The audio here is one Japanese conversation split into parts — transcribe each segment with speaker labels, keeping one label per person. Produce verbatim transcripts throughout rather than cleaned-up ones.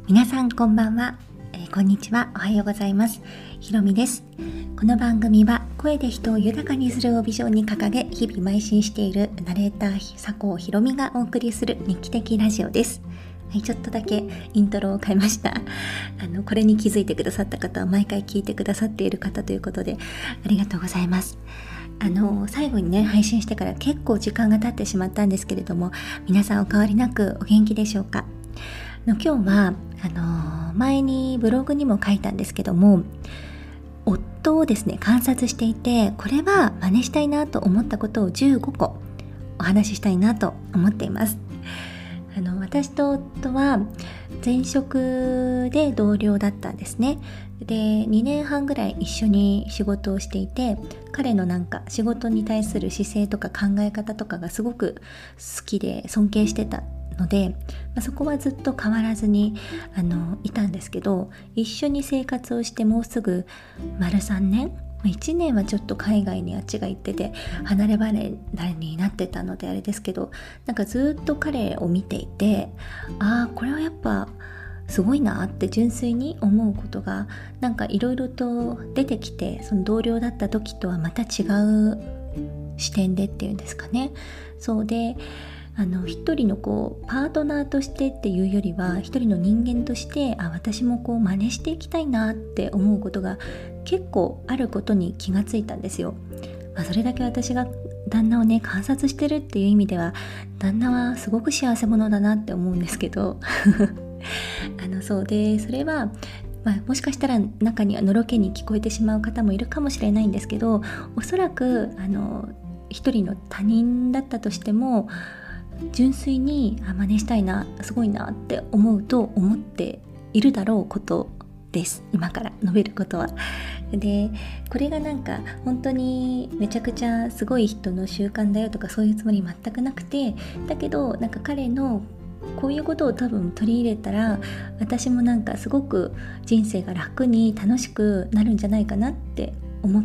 Speaker 1: 皆さんこんばんは、えー、こんにちは、おはようございます。ひろみです。この番組は声で人を豊かにするをビジョンに掲げ日々邁進しているナレーター佐藤ひろみがお送りする日記的ラジオです。はい、ちょっとだけイントロを変えました。あのこれに気づいてくださった方は毎回聞いてくださっている方ということでありがとうございます。あの最後にね配信してから結構時間が経ってしまったんですけれども、皆さんお変わりなくお元気でしょうか。あの今日はあの前にブログにも書いたんですけども、夫をですね観察していて、これは真似したいなと思ったことをじゅうごこお話ししたいなと思っています。あの私と夫は前職で同僚だったんですね。でにねんはんぐらい一緒に仕事をしていて、彼のなんか仕事に対する姿勢とか考え方とかがすごく好きで尊敬してたので、まあ、そこはずっと変わらずにあのいたんですけど、一緒に生活をしてもうすぐ丸さんねん、いちねんはちょっと海外にあっちが行ってて離れ離れになってたのであれですけど、なんかずっと彼を見ていて、ああこれはやっぱすごいなって純粋に思うことがなんかいろいろと出てきて、その同僚だった時とはまた違う視点でっていうんですかね。そうで、あの一人のこうパートナーとしてっていうよりは一人の人間として、あ私もこう真似していきたいなって思うことが結構あることに気がついたんですよ。まあ、それだけ私が旦那をね観察してるっていう意味では、旦那はすごく幸せ者だなって思うんですけどあのそうで、それは、まあ、もしかしたら中にはのろけに聞こえてしまう方もいるかもしれないんですけど、おそらくあの一人の他人だったとしても純粋にあ真似したいな、すごいなって思うと思っているだろうことです。今から述べることは。でこれがなんか本当にめちゃくちゃすごい人の習慣だよとかそういうつもり全くなくて、だけどなんか彼のこういうことを多分取り入れたら私もなんかすごく人生が楽に楽しくなるんじゃないかなって思って、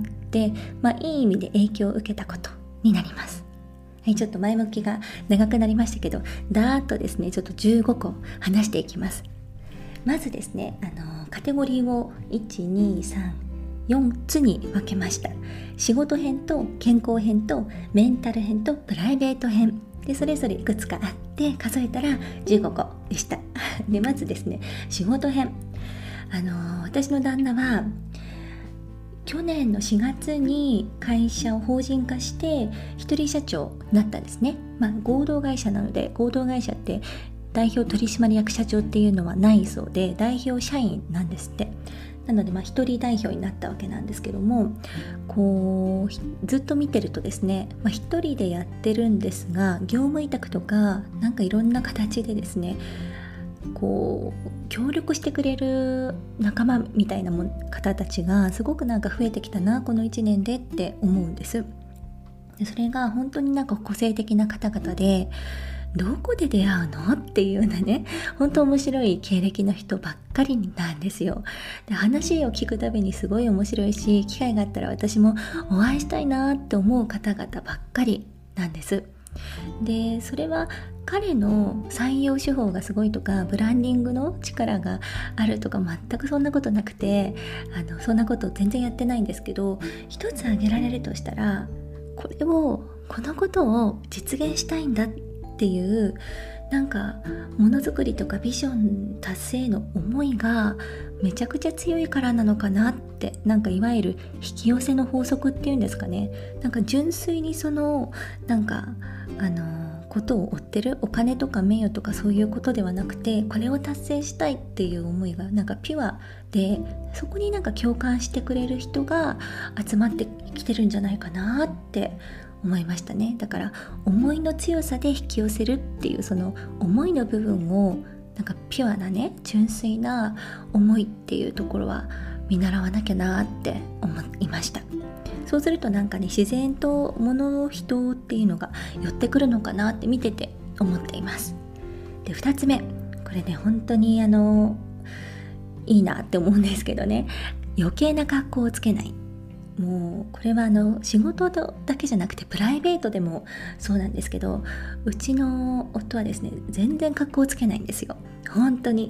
Speaker 1: まあいい意味で影響を受けたことになります。はい、ちょっと前向きが長くなりましたけど、だーっとですねちょっとじゅうごこ話していきます。まずですね、あのカテゴリーをいち、に、さん、よっつに分けました。仕事編と健康編とメンタル編とプライベート編で、それぞれいくつかあって数えたらじゅうごこでした。でまずですね、仕事編。あの私の旦那は去年のしがつに会社を法人化して一人社長になったんですね。まあ合同会社なので、合同会社って代表取締役社長っていうのはないそうで、代表社員なんですって。なのでまあ一人代表になったわけなんですけども、こうずっと見てるとですね、まあ、一人でやってるんですが、業務委託とかなんかいろんな形でですね、こう協力してくれる仲間みたいな方たちがすごくなんか増えてきたなこのいちねんでって思うんです。でそれが本当になんか個性的な方々で、どこで出会うのっていうようなね、本当面白い経歴の人ばっかりなんですよ。で話を聞くたびにすごい面白いし、機会があったら私もお会いしたいなって思う方々ばっかりなんです。でそれは彼の採用手法がすごいとかブランディングの力があるとか全くそんなことなくて、あのそんなこと全然やってないんですけど、一つ挙げられるとしたら、これをこのことを実現したいんだっていうなんかものづくりとかビジョン達成の思いがめちゃくちゃ強いからなのかなって、なんかいわゆる引き寄せの法則っていうんですかね。なんか純粋にそのなんかあのことを追ってる、お金とか名誉とかそういうことではなくて、これを達成したいっていう思いがなんかピュアで、そこになんか共感してくれる人が集まってきてるんじゃないかなって思いましたね。だから思いの強さで引き寄せるっていう、その思いの部分をなんかピュアなね純粋な思いっていうところは見習わなきゃなって思いました。そうするとなんかね、自然と物人っていうのが寄ってくるのかなって見てて思っています。でふたつめ、これね本当にあのいいなって思うんですけどね、余計な格好をつけない。もうこれはあの仕事だけじゃなくてプライベートでもそうなんですけど、うちの夫はですね全然格好をつけないんですよ。本当に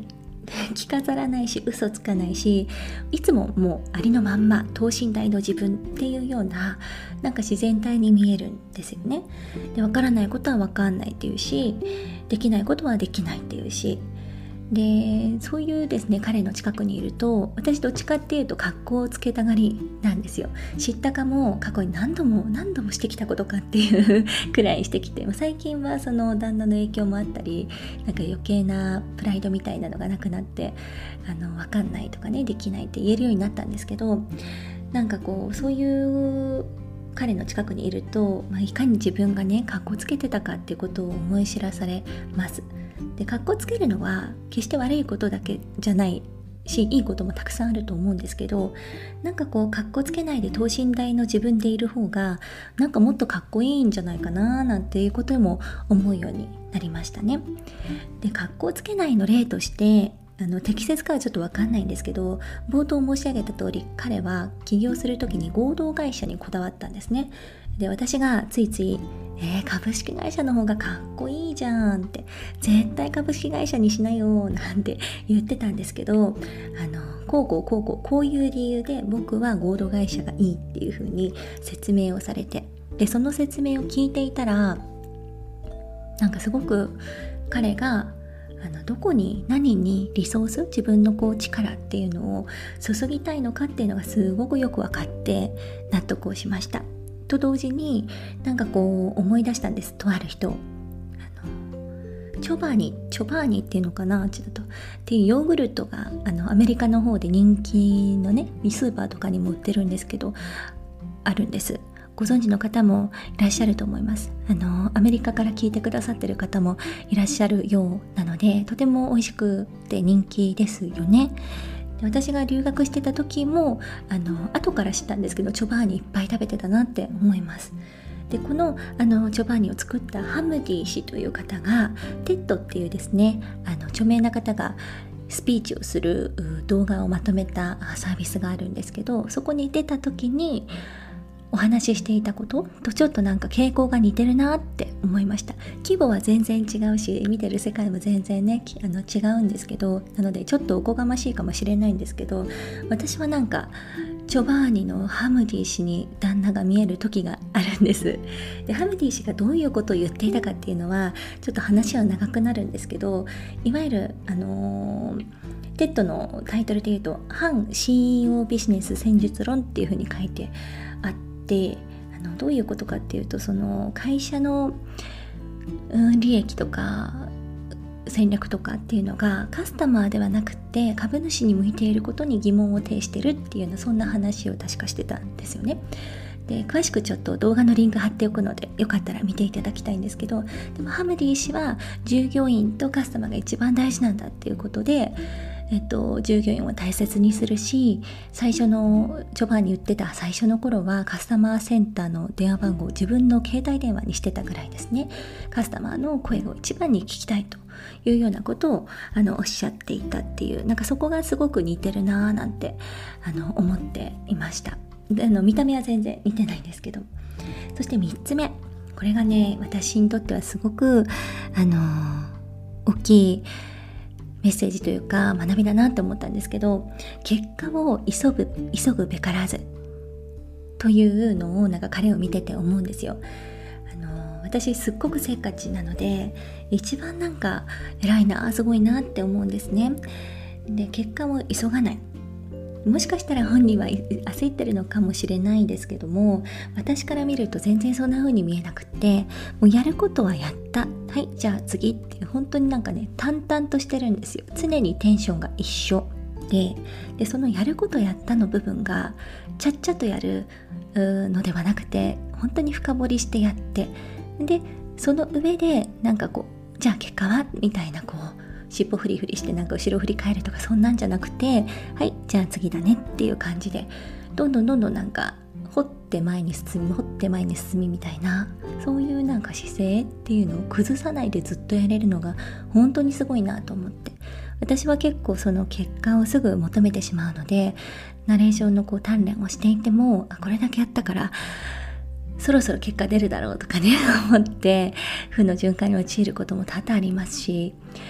Speaker 1: 着飾らないし嘘つかないし、いつももうありのまんま等身大の自分っていうような、なんか自然体に見えるんですよね。で、わからないことはわかんないっていうし、できないことはできないっていうし、でそういうですね彼の近くにいると、私どっちかっていうと格好をつけたがりなんですよ。知ったかも過去に何度も何度もしてきたことかっていうくらいしてきて、最近はその旦那の影響もあったり、なんか余計なプライドみたいなのがなくなって、あの分かんないとかね、できないって言えるようになったんですけど、なんかこうそういう彼の近くにいると、まあ、いかに自分がね格好つけてたかっていうことを思い知らされます。で、格好つけるのは決して悪いことだけじゃないし、いいこともたくさんあると思うんですけど、なんかこう格好つけないで等身大の自分でいる方がなんかもっとかっこいいんじゃないかななんていうことも思うようになりましたね。で、格好つけないの例として、あの適切かはちょっと分かんないんですけど、冒頭申し上げた通り、彼は起業するときに合同会社にこだわったんですね。で、私がついついえー、株式会社の方がかっこいいじゃんって、絶対株式会社にしなよなんて言ってたんですけど、あのこうこうこうこうこういう理由で僕は合同会社がいいっていう風に説明をされて、でその説明を聞いていたら、なんかすごく彼があのどこに何にリソース、自分のこう力っていうのを注ぎたいのかっていうのがすごくよく分かって納得をしました。と同時に、なんかこう思い出したんです。とある人、あのチョバーニチョバーニっていうのかな、ちょっとっていうヨーグルトがあのアメリカの方で人気のね、スーパーとかにも売ってるんですけど、あるんです。ご存知の方もいらっしゃると思います。あのアメリカから聞いてくださってる方もいらっしゃるようなので、とても美味しくて人気ですよね。私が留学してた時もあの後から知ったんですけど、チョバーニいっぱい食べてたなって思います。で、このあのチョバーニを作ったハムディ氏という方が、テッドっていうですね、あの著名な方がスピーチをする動画をまとめたサービスがあるんですけど、そこに出た時にお話ししていたこととちょっとなんか傾向が似てるなって思いました。規模は全然違うし、見てる世界も全然ねあの違うんですけど、なのでちょっとおこがましいかもしれないんですけど、私はなんかチョバーニのハムディ氏に旦那が見える時があるんです。で、ハムディ氏がどういうことを言っていたかっていうのはちょっと話は長くなるんですけど、いわゆるあのーテッドのタイトルで言うと、反 シーイーオー ビジネス戦術論っていうふうに書いてあって、あのどういうことかっていうと、その会社の、うん、利益とか戦略とかっていうのがカスタマーではなくて株主に向いていることに疑問を呈してるっていうような、そんな話を確かしてたんですよね。で、詳しくちょっと動画のリンク貼っておくので、よかったら見ていただきたいんですけど、でもハムディ氏は従業員とカスタマーが一番大事なんだっていうことで、えっと、従業員を大切にするし、最初のジョバンに言ってた最初の頃はカスタマーセンターの電話番号を自分の携帯電話にしてたぐらいですね。カスタマーの声を一番に聞きたいというようなことをあのおっしゃっていたっていう、なんかそこがすごく似てるなぁなんてあの思っていました。で、あの見た目は全然似てないんですけど。そしてみっつめ、これがね、私にとってはすごくあの大きいメッセージというか学びだなって思ったんですけど、結果を急ぐ急ぐべからずというのをなんか彼を見てて思うんですよ。あの私すっごくせっかちなので、一番なんか偉いな、すごいなって思うんですね。で、結果を急がない、もしかしたら本人は焦ってるのかもしれないんですけども、私から見ると全然そんな風に見えなくって、もうやることはやった、はいじゃあ次っていう、本当になんかね淡々としてるんですよ。常にテンションが一緒で、でそのやることやったの部分がちゃっちゃとやるのではなくて、本当に深掘りしてやって、でその上でなんかこう、じゃあ結果はみたいな、こう尻尾フリフリしてなんか後ろ振り返るとか、そんなんじゃなくて、はいじゃあ次だねっていう感じで、どんどんどんどんなんか掘って前に進み掘って前に進みみたいな、そういうなんか姿勢っていうのを崩さないでずっとやれるのが本当にすごいなと思って、私は結構その結果をすぐ求めてしまうので、ナレーションのこう鍛錬をしていても、あこれだけやったからそろそろ結果出るだろうとかね思って負の循環に陥ることも多々ありますし、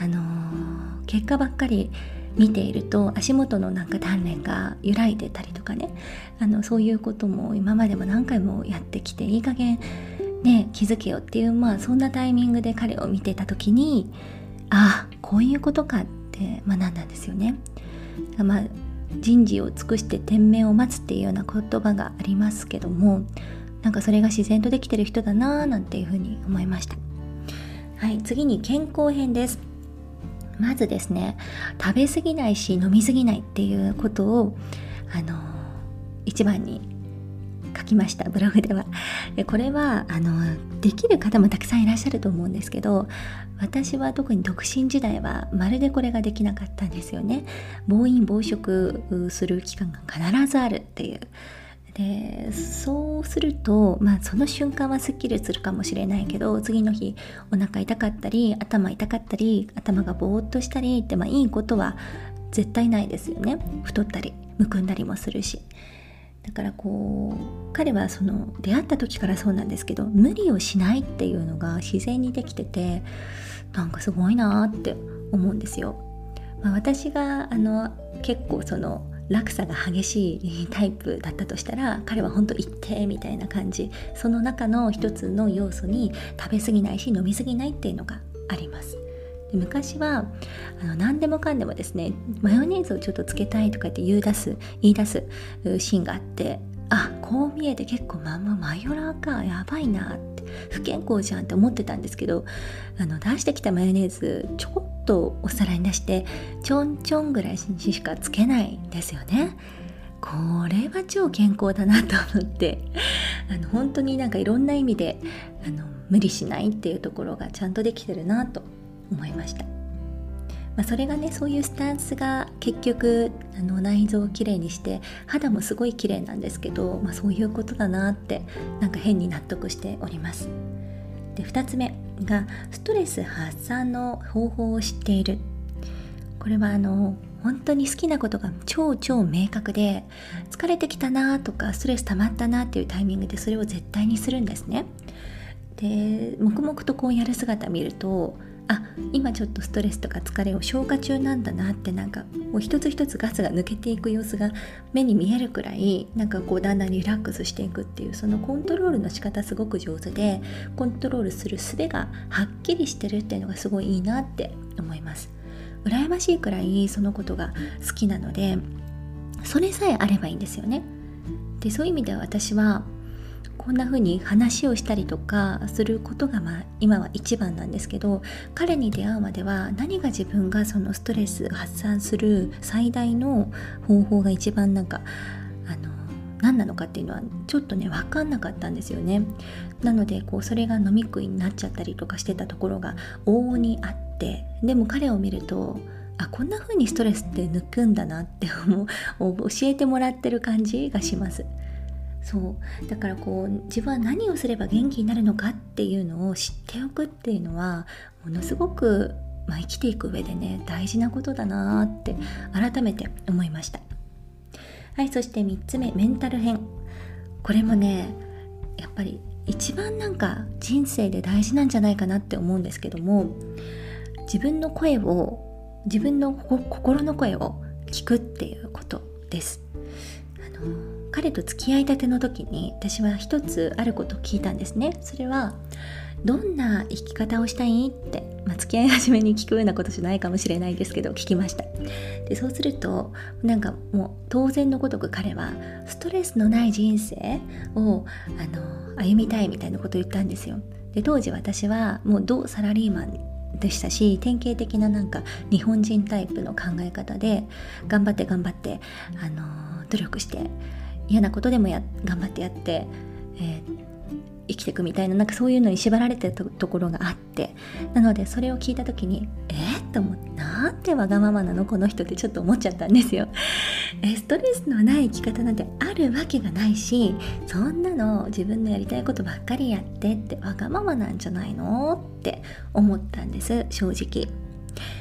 Speaker 1: あのー、結果ばっかり見ていると足元のなんか鍛錬が揺らいでたりとかね、あのそういうことも今までも何回もやってきて、いい加減ね気づけよっていう、まあそんなタイミングで彼を見てた時に、ああこういうことかって学んだんですよね。まあ人事を尽くして天命を待つっていうような言葉がありますけども、なんかそれが自然とできてる人だなーなんていうふうに思いました。はい、次に健康編です。まずですね、食べ過ぎないし飲み過ぎないっていうことをあの一番に書きました、ブログでは。でこれはあのできる方もたくさんいらっしゃると思うんですけど、私は特に独身時代はまるでこれができなかったんですよね。暴飲暴食する期間が必ずあるっていう。でそうすると、まあ、その瞬間はすっきりするかもしれないけど、次の日お腹痛かったり頭痛かったり頭がぼーっとしたりって、まあ、いいことは絶対ないですよね。太ったりむくんだりもするし。だからこう彼はその出会った時からそうなんですけど、無理をしないっていうのが自然にできてて、なんかすごいなって思うんですよ。まあ、私があの結構その落差が激しいタイプだったとしたら、彼は本当一定みたいな感じ、その中の一つの要素に食べ過ぎないし飲み過ぎないっていうのがあります。で昔はあの何でもかんでもですね、マヨネーズをちょっとつけたいとかって言い出す言い出すシーンがあって、あ、こう見えて結構まあまあマヨラーか、やばいなって、不健康じゃんって思ってたんですけど、あの出してきたマヨネーズちょこっとお皿に出してちょんちょんぐらいしかつけないんですよね。これは超健康だなと思って、あの本当になんかいろんな意味であの無理しないっていうところがちゃんとできてるなと思いました。まあ、それがね、そういうスタンスが結局あの内臓をきれいにして肌もすごいきれいなんですけど、まあ、そういうことだなってなんか変に納得しております。でふたつめがストレス発散の方法を知っている。これはあの本当に好きなことが超超明確で、疲れてきたなとかストレス溜まったなっていうタイミングでそれを絶対にするんですね。で黙々とこうやる姿見ると、あ、今ちょっとストレスとか疲れを消化中なんだなって、なんかもう一つ一つガスが抜けていく様子が目に見えるくらい、なんかこうだんだんリラックスしていくっていう、そのコントロールの仕方すごく上手で、コントロールする術がはっきりしてるっていうのがすごいいいなって思います。羨ましいくらいそのことが好きなので、それさえあればいいんですよね。でそういう意味では私はこんな風に話をしたりとかすることが、まあ、今は一番なんですけど、彼に出会うまでは何が自分がそのストレス発散する最大の方法が一番なんかあの何なのかっていうのはちょっとね分かんなかったんですよね。なのでこうそれが飲み食いになっちゃったりとかしてたところが往々にあって、でも彼を見ると、あ、こんな風にストレスって抜くんだなって思う教えてもらってる感じがします。そうだからこう自分は何をすれば元気になるのかっていうのを知っておくっていうのはものすごく、まあ、生きていく上でね大事なことだなって改めて思いました。はい、そしてみっつめ、メンタル編。これもねやっぱり一番なんか人生で大事なんじゃないかなって思うんですけども、自分の声を自分の心の声を聞くっていうことです。あの彼と付き合いたての時に私は一つあることを聞いたんですね。それはどんな生き方をしたいって、まあ、付き合い始めに聞くようなことじゃないかもしれないですけど聞きました。でそうするとなんかもう当然のごとく彼はストレスのない人生をあの歩みたいみたいなことを言ったんですよ。で当時私はもう同サラリーマンでしたし、典型的ななんか日本人タイプの考え方で頑張って頑張ってあの努力して嫌なことでもや頑張ってやって、えー、生きていくみたいな、なんかそういうのに縛られてたところがあって、なのでそれを聞いた時にえー、って思って、なんてわがままなのこの人ってちょっと思っちゃったんですよ。えストレスのない生き方なんてあるわけがないし、そんなの自分のやりたいことばっかりやってってわがままなんじゃないのって思ったんです、正直。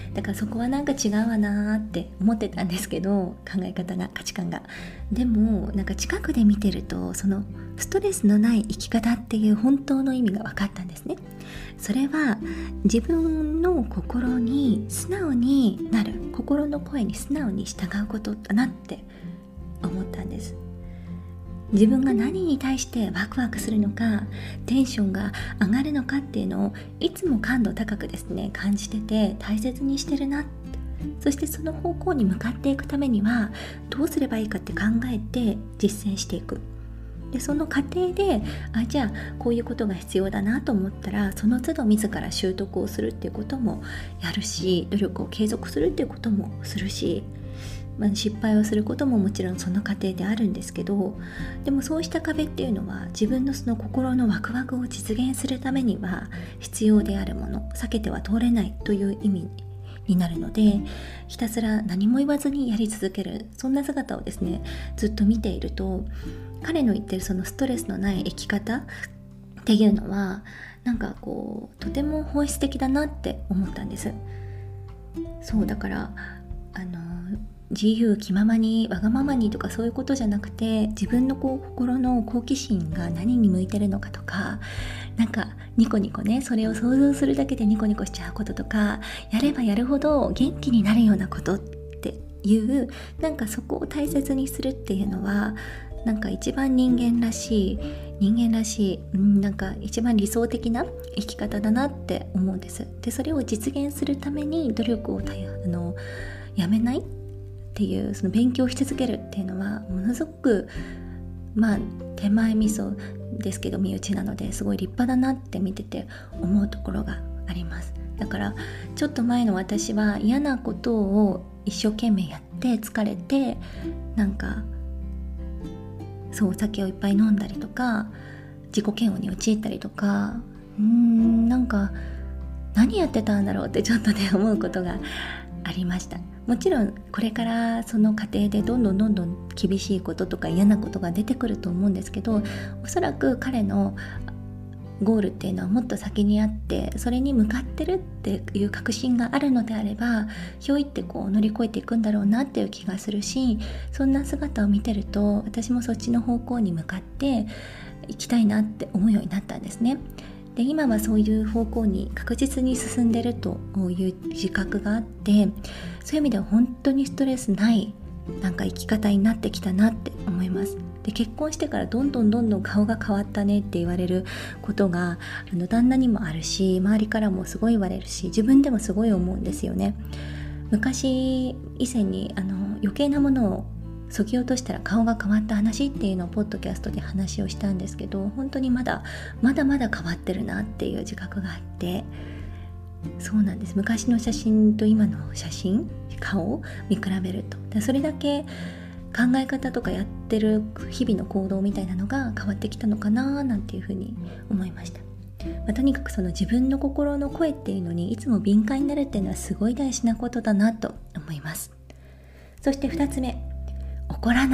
Speaker 1: だからそこはなんか違うわなって思ってたんですけど、考え方が、価値観が。でもなんか近くで見てると、そのストレスのない生き方っていう本当の意味が分かったんですね。それは自分の心に素直になる、心の声に素直に従うことだなって思ったんです。自分が何に対してワクワクするのか、テンションが上がるのかっていうのをいつも感度高くですね感じてて、大切にしてるな。そしてその方向に向かっていくためにはどうすればいいかって考えて実践していく。でその過程で、あじゃあこういうことが必要だなと思ったら、その都度自ら習得をするっていうこともやるし、努力を継続するっていうこともするし、まあ、失敗をすることももちろんその過程であるんですけど、でもそうした壁っていうのは自分のその心のワクワクを実現するためには必要であるもの、避けては通れないという意味になるので、ひたすら何も言わずにやり続ける、そんな姿をですねずっと見ていると、彼の言ってるそのストレスのない生き方っていうのはなんかこうとても本質的だなって思ったんです。そうだからあの自由気ままにわがままにとかそういうことじゃなくて、自分のこう心の好奇心が何に向いてるのかとか、なんかニコニコね、それを想像するだけでニコニコしちゃうこととか、やればやるほど元気になるようなことっていう、なんかそこを大切にするっていうのはなんか一番人間らしい人間らしい、うん、なんか一番理想的な生き方だなって思うんです。でそれを実現するために努力をたあのやめないっていう、その勉強し続けるっていうのはものすごくまあ手前味噌ですけど身内なので、すごい立派だなって見てて思うところがあります。だからちょっと前の私は嫌なことを一生懸命やって疲れて、なんかそうお酒をいっぱい飲んだりとか、自己嫌悪に陥ったりとか、うーんなんか何やってたんだろうってちょっとね思うことがありました。もちろんこれからその過程でどんどんどんどん厳しいこととか嫌なことが出てくると思うんですけど、おそらく彼のゴールっていうのはもっと先にあって、それに向かってるっていう確信があるのであれば、ひょいってこう乗り越えていくんだろうなっていう気がするし、そんな姿を見てると私もそっちの方向に向かっていきたいなって思うようになったんですね。で今はそういう方向に確実に進んでるという自覚があって、そういう意味では本当にストレスないなんか生き方になってきたなって思います。で結婚してからどんどんどんどん顔が変わったねって言われることがあの旦那にもあるし、周りからもすごい言われるし、自分でもすごい思うんですよね。昔以前にあの余計なものを削ぎ落としたら顔が変わった話っていうのをポッドキャストで話をしたんですけど、本当にまだまだまだ変わってるなっていう自覚があって、そうなんです。昔の写真と今の写真、顔を見比べると、でそれだけ考え方とかやってる日々の行動みたいなのが変わってきたのかななんていうふうに思いました。まあ、とにかくその自分の心の声っていうのにいつも敏感になるっていうのはすごい大事なことだなと思います。そしてふたつめ、怒らない。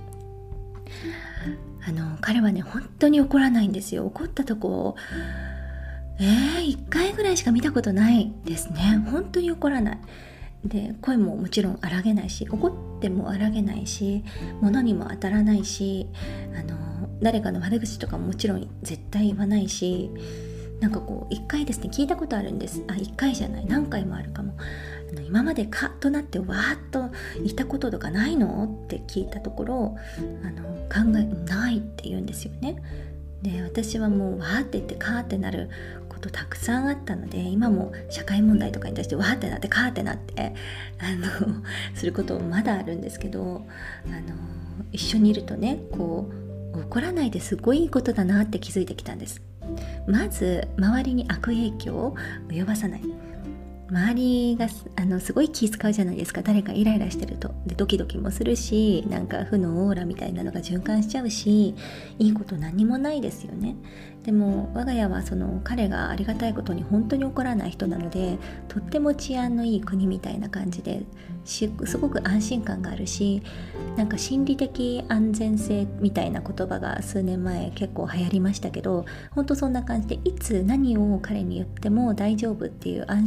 Speaker 1: あの彼はね本当に怒らないんですよ。怒ったとこえー、いっかいぐらいしか見たことないですね。本当に怒らないで、声ももちろん荒げないし、怒っても荒げないし、物にも当たらないし、あの誰かの悪口とかももちろん絶対言わないし、なんかこういっかいですね聞いたことあるんです。あ、いっかいじゃない、何回もあるかも。あの今までカッとなってわーっと言ったこととかないのって聞いたところ、あの考えないって言うんですよね。で私はもうわーって言ってカーってなることたくさんあったので、今も社会問題とかに対してわーってなってカーってなってあのすることもまだあるんですけど、あの一緒にいるとね、こう怒らないですごいいいことだなって気づいてきたんです。まず周りに悪影響を及ばさない。周りがあのすごい気遣うじゃないですか。誰かイライラしてるとでドキドキもするし、なんか負のオーラみたいなのが循環しちゃうし、いいこと何もないですよね。でも我が家はその彼がありがたいことに本当に怒らない人なので、とっても治安のいい国みたいな感じですごく安心感があるし、なんか心理的安全性みたいな言葉が数年前結構流行りましたけど、本当そんな感じでいつ何を彼に言っても大丈夫っていう安心感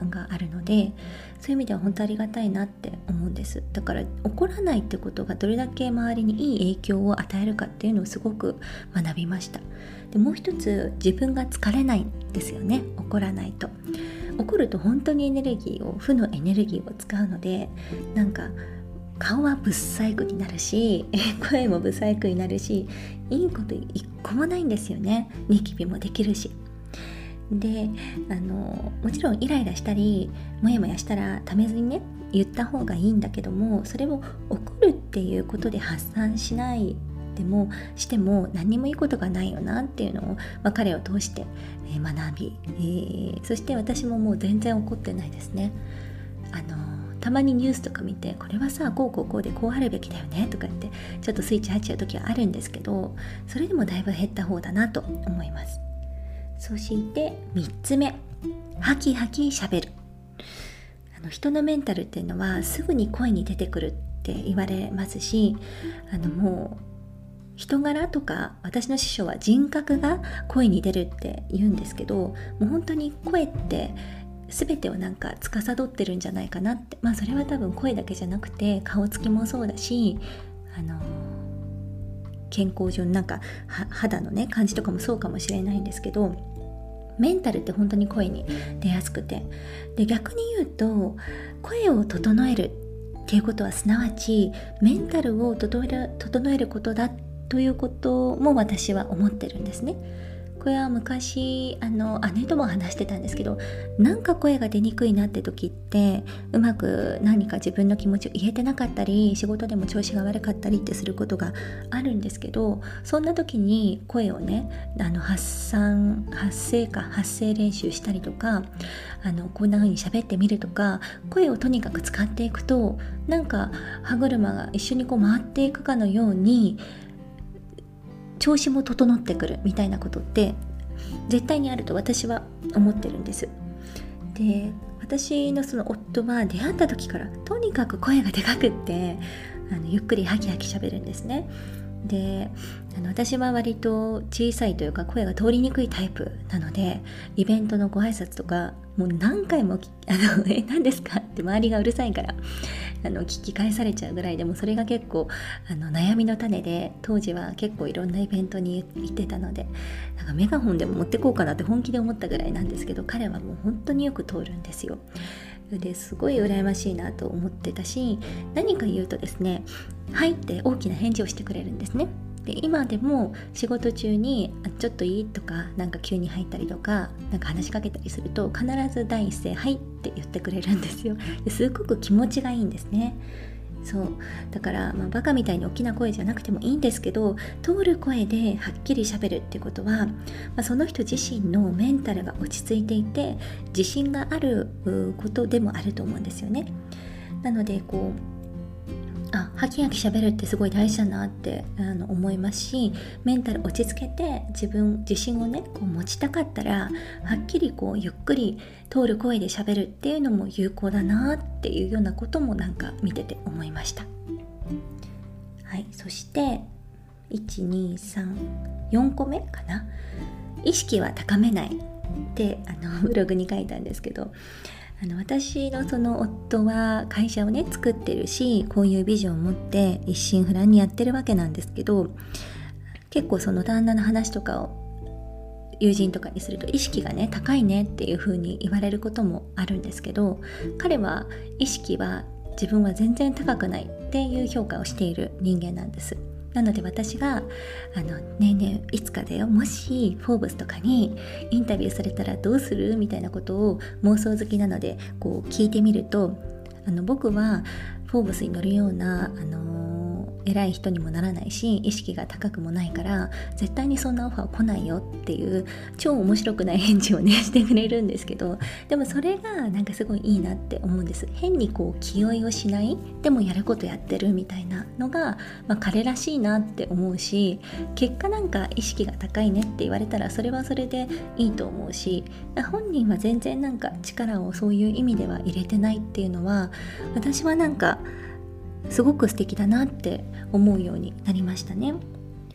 Speaker 1: 感があるので、そういう意味では本当ありがたいなって思うんです。だから怒らないってことがどれだけ周りにいい影響を与えるかっていうのをすごく学びました。でもう一つ、自分が疲れないんですよね。怒らないと。怒ると本当にエネルギーを負のエネルギーを使うので、なんか顔はブサイクになるし、声もブサイクになるし、いいこと一個もないんですよね。ニキビもできるし。で、あのもちろんイライラしたりモヤモヤしたらためずにね言った方がいいんだけども、それを怒るっていうことで発散しないでもしても何にもいいことがないよなっていうのを、まあ、彼を通して、えー、学び、えー、そして私ももう全然怒ってないですね。あのたまにニュースとか見て、これはさこうこうこうでこうあるべきだよねとか言ってちょっとスイッチ入っちゃう時はあるんですけど、それでもだいぶ減った方だなと思います。そしてみっつめ、ハキハキしゃべる。あの人のメンタルっていうのはすぐに声に出てくるって言われますし、あのもう人柄とか、私の師匠は人格が声に出るって言うんですけど、もう本当に声って全てをなんか司ってるんじゃないかなって。まあそれは多分声だけじゃなくて顔つきもそうだし、あの健康上なんか肌のね感じとかもそうかもしれないんですけど、メンタルって本当に声に出やすくて、で逆に言うと声を整えるっていうことはすなわちメンタルを整える、整えることだということも私は思ってるんですね。これは昔あの姉とも話してたんですけど、なんか声が出にくいなって時ってうまく何か自分の気持ちを言えてなかったり、仕事でも調子が悪かったりってすることがあるんですけど、そんな時に声をねあの発散発声か発声練習したりとか、あのこんな風に喋ってみるとか、声をとにかく使っていくと、なんか歯車が一緒にこう回っていくかのように調子も整ってくるみたいなことって絶対にあると私は思ってるんです。で、私のその夫は出会った時からとにかく声がでかくってあのゆっくりハキハキ喋るんですね。で、あの私は割と小さいというか声が通りにくいタイプなので、イベントのご挨拶とかもう何回もあのえ何ですかって周りがうるさいからあの聞き返されちゃうぐらいで、もそれが結構あの悩みの種で、当時は結構いろんなイベントに行ってたので、なんかメガホンでも持ってこうかなって本気で思ったぐらいなんですけど、彼はもう本当によく通るんですよ。ですごい羨ましいなと思ってたし、何か言うとですね、はいって大きな返事をしてくれるんですね。で、今でも仕事中にちょっといいとか、なんか急に入ったりとか、なんか話しかけたりすると必ず第一声はいって言ってくれるんですよ。ですごく気持ちがいいんですね。そうだから、まあ、バカみたいに大きな声じゃなくてもいいんですけど、通る声ではっきり喋るってことは、まあ、その人自身のメンタルが落ち着いていて自信があることでもあると思うんですよね。なのでこうあ、ハキハキ喋るってすごい大事だなってあの思いますし、メンタル落ち着けて自分自信をねこう持ちたかったら、はっきりこうゆっくり通る声で喋るっていうのも有効だなっていうようなこともなんか見てて思いました。はい、そしていち、に、さん、よんこめかな、意識は高めないってあのブログに書いたんですけど、あの私のその夫は会社をね作ってるし、こういうビジョンを持って一心不乱にやってるわけなんですけど、結構その旦那の話とかを友人とかにすると意識がね高いねっていう風に言われることもあるんですけど、彼は意識は自分は全然高くないっていう評価をしている人間なんです。なので私があのねえねえいつかだよ、もしフォーブスとかにインタビューされたらどうするみたいなことを妄想好きなのでこう聞いてみると、あの僕はフォーブスに乗るようなあの偉い人にもならないし、意識が高くもないから絶対にそんなオファー来ないよっていう超面白くない返事をねしてくれるんですけど、でもそれがなんかすごいいいなって思うんです。変にこう気負いをしない、でもやることやってるみたいなのが、まあ、彼らしいなって思うし、結果なんか意識が高いねって言われたらそれはそれでいいと思うし、本人は全然なんか力をそういう意味では入れてないっていうのは、私はなんかすごく素敵だなって思うようになりましたね。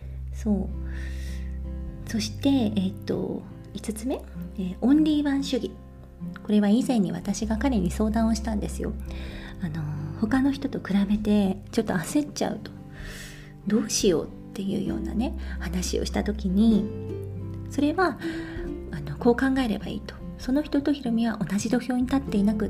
Speaker 1: そうそして、えー、といつつめ、えー、オンリーワン主義これは以前に私が彼に相談をしたんですよ。あの他の人と比べてちょっと焦っちゃうと、どうしようっていうようなね話をした時に、それはあのこう考えればいいと。その人とひろみは同じ土俵に立っていなくって、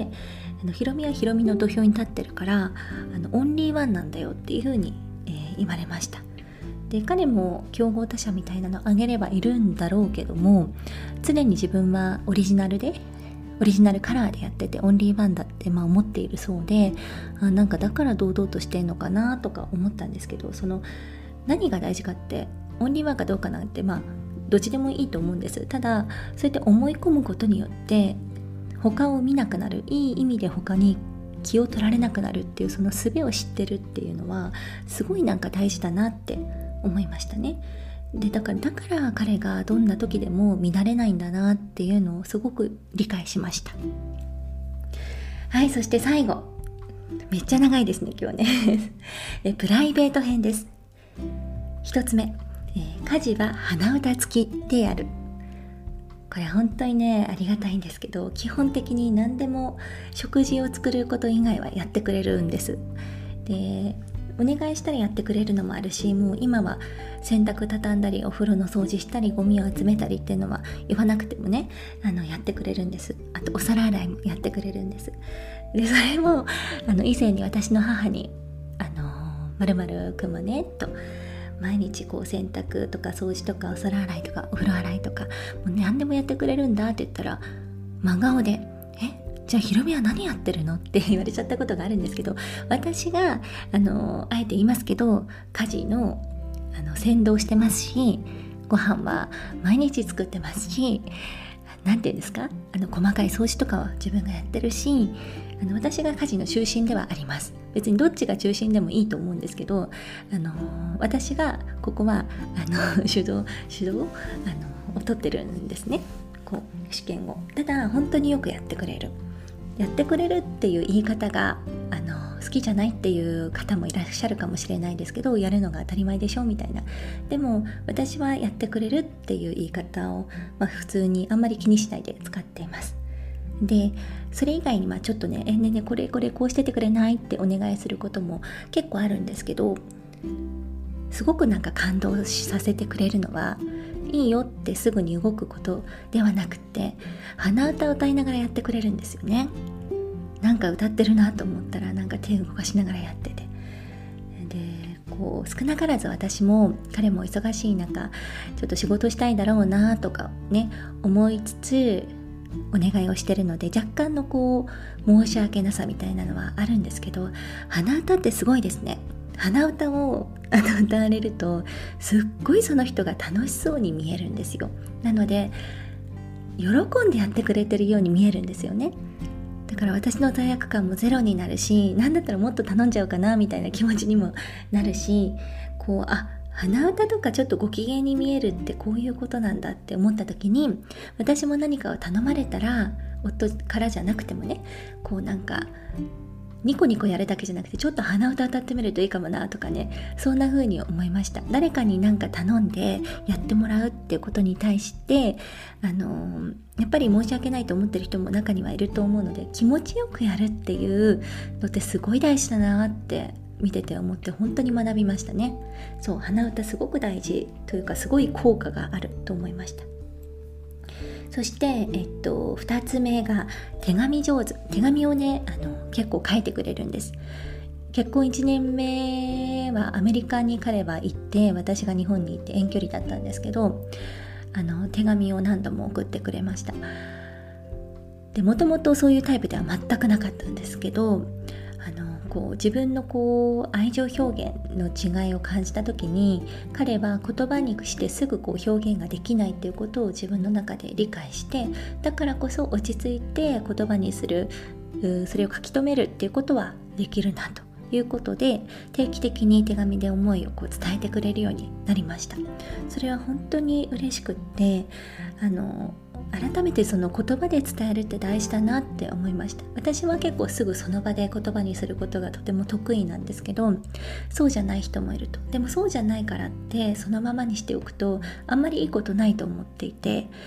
Speaker 1: あのひろみはひろみの土俵に立ってるからあのオンリーワンなんだよっていうふうに、えー、言われました。で彼も競合他社みたいなのをあげればいるんだろうけども、常に自分はオリジナルでオリジナルカラーでやっててオンリーワンだってまあ思っているそうで、あなんかだから堂々としてんのかなとか思ったんですけど、その何が大事かってオンリーワンかどうかなんてまあどっちでもいいと思うんです。ただそうやって思い込むことによって他を見なくなる、いい意味で他に気を取られなくなるっていう、その術を知ってるっていうのはすごいなんか大事だなって思いましたね。でだからだから彼がどんな時でも乱れないんだなっていうのをすごく理解しました。はい、そして最後、めっちゃ長いですね今日ねえプライベート編です。一つ目、えー、家事は鼻歌付きでやる。これ本当にねありがたいんですけど、基本的に何でも食事を作ること以外はやってくれるんです。でお願いしたらやってくれるのもあるし、もう今は洗濯畳んだりお風呂の掃除したりゴミを集めたりっていうのは言わなくてもねあのやってくれるんです。あとお皿洗いもやってくれるんです。でそれもあの以前に私の母にあの〇〇くんもねと毎日こう洗濯とか掃除とかお皿洗いとかお風呂洗いとかもう何でもやってくれるんだって言ったら真顔でえじゃあひろみは何やってるのって言われちゃったことがあるんですけど、私があのあえて言いますけど家事のあの先導してますし、ご飯は毎日作ってますし、なんていうんですかあの細かい掃除とかは自分がやってるし、あの私が家事の中心ではあります。別にどっちが中心でもいいと思うんですけど、あの私がここはあの主導主導あのを取ってるんですね。こう試験をただ本当によくやってくれるやってくれるっていう言い方があの好きじゃないっていう方もいらっしゃるかもしれないですけど、やるのが当たり前でしょみたいな。でも私はやってくれるっていう言い方を、まあ、普通にあんまり気にしないで使っています。でそれ以外にまあちょっとねえねえねこれこれこうしててくれないってお願いすることも結構あるんですけど、すごくなんか感動させてくれるのはいいよってすぐに動くことではなくて、鼻歌を歌いながらやってくれるんですよね。なんか歌ってるなと思ったらなんか手を動かしながらやってて、でこう少なからず私も彼も忙しい中ちょっと仕事したいだろうなとかね思いつつお願いをしてるので、若干のこう申し訳なさみたいなのはあるんですけど、鼻歌ってすごいですね。鼻歌をあの歌われるとすっごいその人が楽しそうに見えるんですよ。なので喜んでやってくれてるように見えるんですよね。だから私の罪悪感もゼロになるし、なんだったらもっと頼んじゃうかなみたいな気持ちにもなるし、こうあ鼻歌とかちょっとご機嫌に見えるってこういうことなんだって思った時に、私も何かを頼まれたら夫からじゃなくてもねこうなんかニコニコやるだけじゃなくてちょっと鼻歌歌ってみるといいかもなとかね、そんな風に思いました。誰かに何か頼んでやってもらうっていうことに対してあのやっぱり申し訳ないと思ってる人も中にはいると思うので、気持ちよくやるっていうのってすごい大事だなって見てて思って本当に学びましたね。そう鼻歌すごく大事というかすごい効果があると思いました。そして、えっと、ふたつめが手紙上手。手紙をねあの結構書いてくれるんです。結婚いちねんめはアメリカに彼は行って、私が日本に行って遠距離だったんですけど、あの手紙を何度も送ってくれました。でもともとそういうタイプでは全くなかったんですけど、あのこう自分のこう愛情表現の違いを感じた時に、彼は言葉にしてすぐこう表現ができないっていうことを自分の中で理解して、だからこそ落ち着いて言葉にする、それを書き留めるっていうことはできるなということで、定期的に手紙で思いをこう伝えてくれるようになりました。それは本当に嬉しくって、あの改めてその言葉で伝えるって大事だなって思いました。私は結構すぐその場で言葉にすることがとても得意なんですけど、そうじゃない人もいると。でもそうじゃないからってそのままにしておくとあんまりいいことないと思っていて、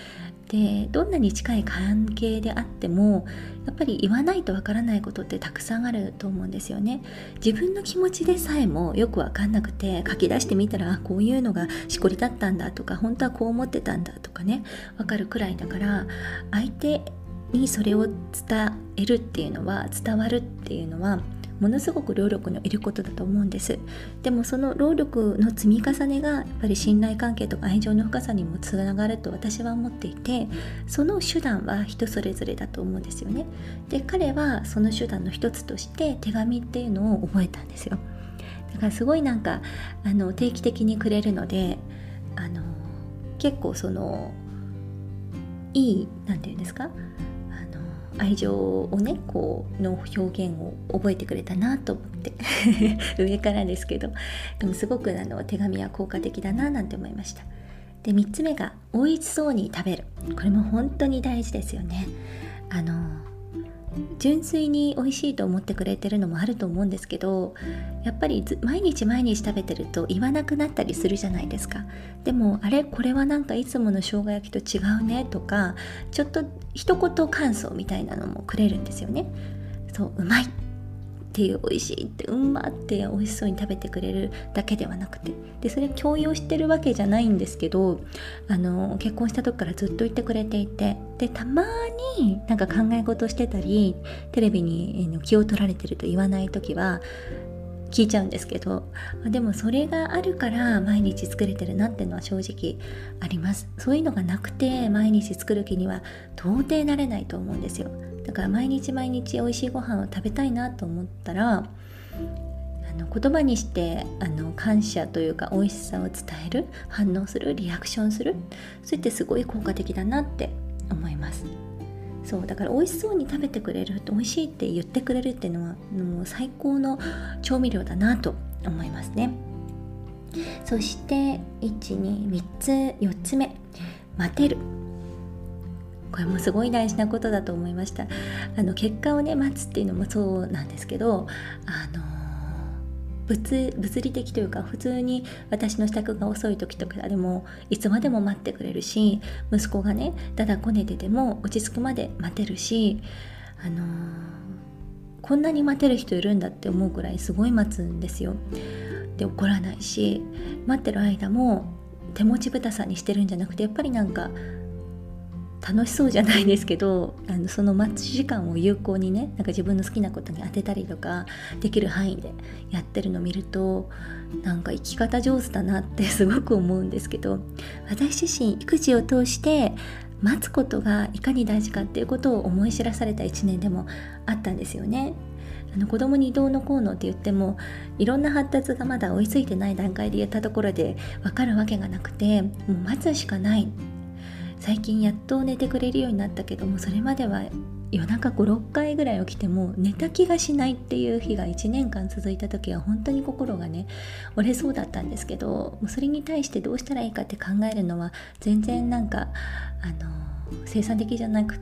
Speaker 1: でどんなに近い関係であってもやっぱり言わないとわからないことってたくさんあると思うんですよね。自分の気持ちでさえもよくわかんなくて書き出してみたら、あ、こういうのがしこりだったんだとか、本当はこう思ってたんだとかね、わかるくらいだから、相手にそれを伝えるっていうのは、伝わるっていうのはものすごく労力のいることだと思うんです。でもその労力の積み重ねがやっぱり信頼関係とか愛情の深さにもつながると私は思っていて、その手段は人それぞれだと思うんですよね。で、彼はその手段の一つとして手紙っていうのを覚えたんですよ。だからすごいなんかあの定期的にくれるので、あの結構そのいい、なんていうんですか、愛情をね、こうの表現を覚えてくれたなと思って上からですけど、でもすごくあの手紙は効果的だななんて思いました。で、みっつめが美味しそうに食べる。これも本当に大事ですよね。あの純粋に美味しいと思ってくれてるのもあると思うんですけど、やっぱり毎日毎日食べてると言わなくなったりするじゃないですか。でも、あれこれはなんかいつもの生姜焼きと違うねとか、ちょっと一言感想みたいなのもくれるんですよね。そう、うまいっていう、美味しいって、うんまって美味しそうに食べてくれるだけではなくて、でそれ強要してるわけじゃないんですけど、あの結婚した時からずっと言ってくれていて、でたまになんか考え事してたりテレビに気を取られてると言わない時は聞いちゃうんですけど、でもそれがあるから毎日作れてるなっていうのは正直あります。そういうのがなくて毎日作る気には到底なれないと思うんですよ。だから毎日毎日美味しいご飯を食べたいなと思ったら、あの言葉にしてあの感謝というか美味しさを伝える、反応する、リアクションする、それってすごい効果的だなって思います。そうだから美味しそうに食べてくれる、美味しいって言ってくれるっていうのはもう最高の調味料だなと思いますね。そしていち、に、みっつ、よっつめ、待てる。これもすごい大事なことだと思いました。あの結果をね待つっていうのもそうなんですけど、あの物, 物理的というか、普通に私の支度が遅い時とかでもいつまでも待ってくれるし、息子がねだだこねてても落ち着くまで待てるし、あのー、こんなに待てる人いるんだって思うくらいすごい待つんですよ。で怒らないし、待ってる間も手持ちぶたさにしてるんじゃなくて、やっぱりなんか楽しそうじゃないですけど、あのその待ち時間を有効にね、なんか自分の好きなことに当てたりとかできる範囲でやってるのを見ると、なんか生き方上手だなってすごく思うんですけど、私自身育児を通して待つことがいかに大事かっていうことを思い知らされたいちねんでもあったんですよね。あの子供にどうのこうのって言っても、いろんな発達がまだ追いついてない段階で言ったところで分かるわけがなくて、もう待つしかない。最近やっと寝てくれるようになったけども、それまでは夜中ご、ろっかいぐらい起きても寝た気がしないっていう日がいちねんかん続いた時は本当に心がね折れそうだったんですけど、もうそれに対してどうしたらいいかって考えるのは全然なんかあの生産的じゃなくって、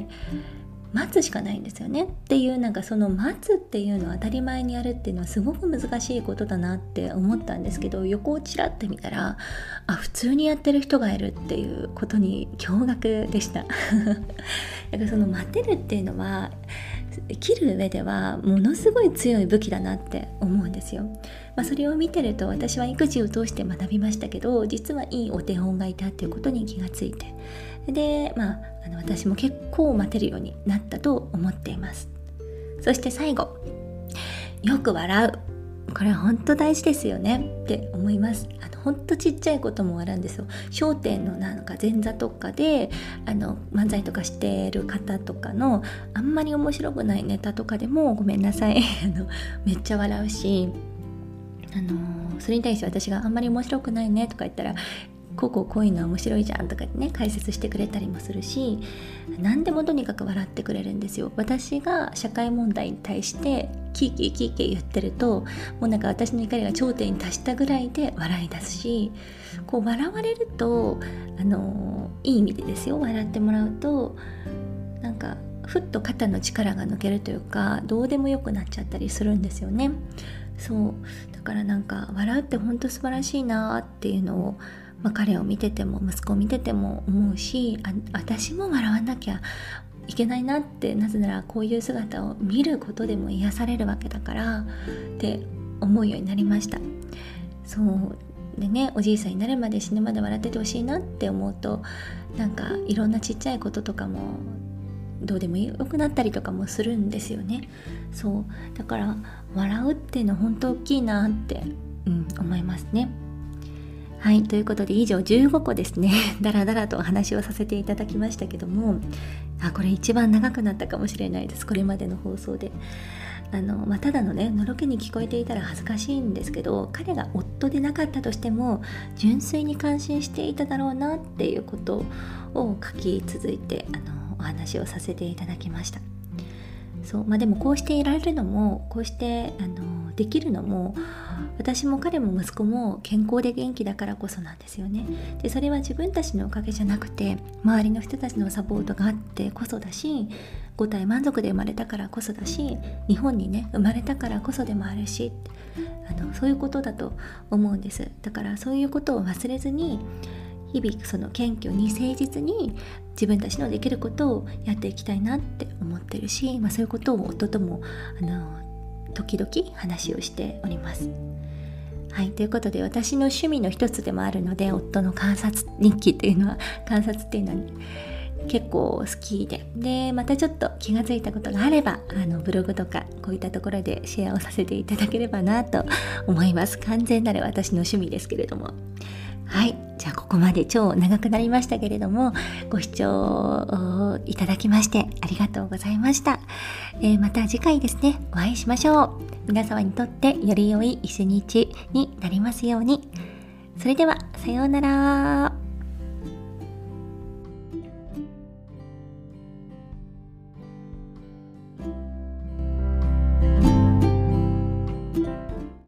Speaker 1: 待つしかないんですよねっていう、なんかその待つっていうのを当たり前にやるっていうのはすごく難しいことだなって思ったんですけど、横をちらって見たら、あ、普通にやってる人がいるっていうことに驚愕でしただからその待てるっていうのは生きる上ではものすごい強い武器だなって思うんですよ。まあ、それを見てると私は育児を通して学びましたけど、実はいいお手本がいたっていうことに気がついて、で、まあ、あの私も結構待てるようになったと思っています。そして最後、よく笑う。これは本当大事ですよねって思います。あの本当ちっちゃいことも笑うんですよ。笑点のなんか前座とかであの漫才とかしてる方とかのあんまり面白くないネタとかでもごめんなさいあのめっちゃ笑うし、あのそれに対して私があんまり面白くないねとか言ったら、こうこうこういうのは面白いじゃんとかね解説してくれたりもするし、何でもとにかく笑ってくれるんですよ。私が社会問題に対してキーキーキーキー言ってると、もうなんか私の怒りが頂点に達したぐらいで笑い出すし、こう笑われるとあのいい意味でですよ、笑ってもらうとなんかふっと肩の力が抜けるというか、どうでもよくなっちゃったりするんですよね。そうだからなんか笑うって本当素晴らしいなっていうのをまあ、彼を見てても息子を見てても思うし、あ私も笑わなきゃいけないなって、なぜならこういう姿を見ることでも癒されるわけだからって思うようになりました。そうでね、おじいさんになるまで死ぬまで笑っててほしいなって思うと、なんかいろんなちっちゃいこととかもどうでもよくなったりとかもするんですよね。そうだから笑うっていうのは本当大きいなって、うん、思いますね。はい、ということで以上じゅうごこですねだらだらとお話をさせていただきましたけども、あこれ一番長くなったかもしれないです、これまでの放送で。あの、まあ、ただのねのろけに聞こえていたら恥ずかしいんですけど、彼が夫でなかったとしても純粋に感心していただろうなっていうことを書き続いてあのお話をさせていただきました。そう、まあ、でもこうしていられるのも、こうしてあのできるのも、私も彼も息子も健康で元気だからこそなんですよね。でそれは自分たちのおかげじゃなくて、周りの人たちのサポートがあってこそだし、ご体満足で生まれたからこそだし、日本にね生まれたからこそでもあるし、あのそういうことだと思うんです。だからそういうことを忘れずに、日々その謙虚に誠実に自分たちのできることをやっていきたいなって思ってるし、まあ、そういうことを夫ともあの時々話をしております。はい、ということで私の趣味の一つでもあるので、夫の観察日記っていうのは観察っていうのは結構好きで、でまたちょっと気がついたことがあればあのブログとかこういったところでシェアをさせていただければなと思います。完全なる私の趣味ですけれども。はい、じゃあここまで超長くなりましたけれども、ご視聴いただきましてありがとうございました。えー、また次回ですねお会いしましょう。皆様にとってより良い一日になりますように。それではさようなら。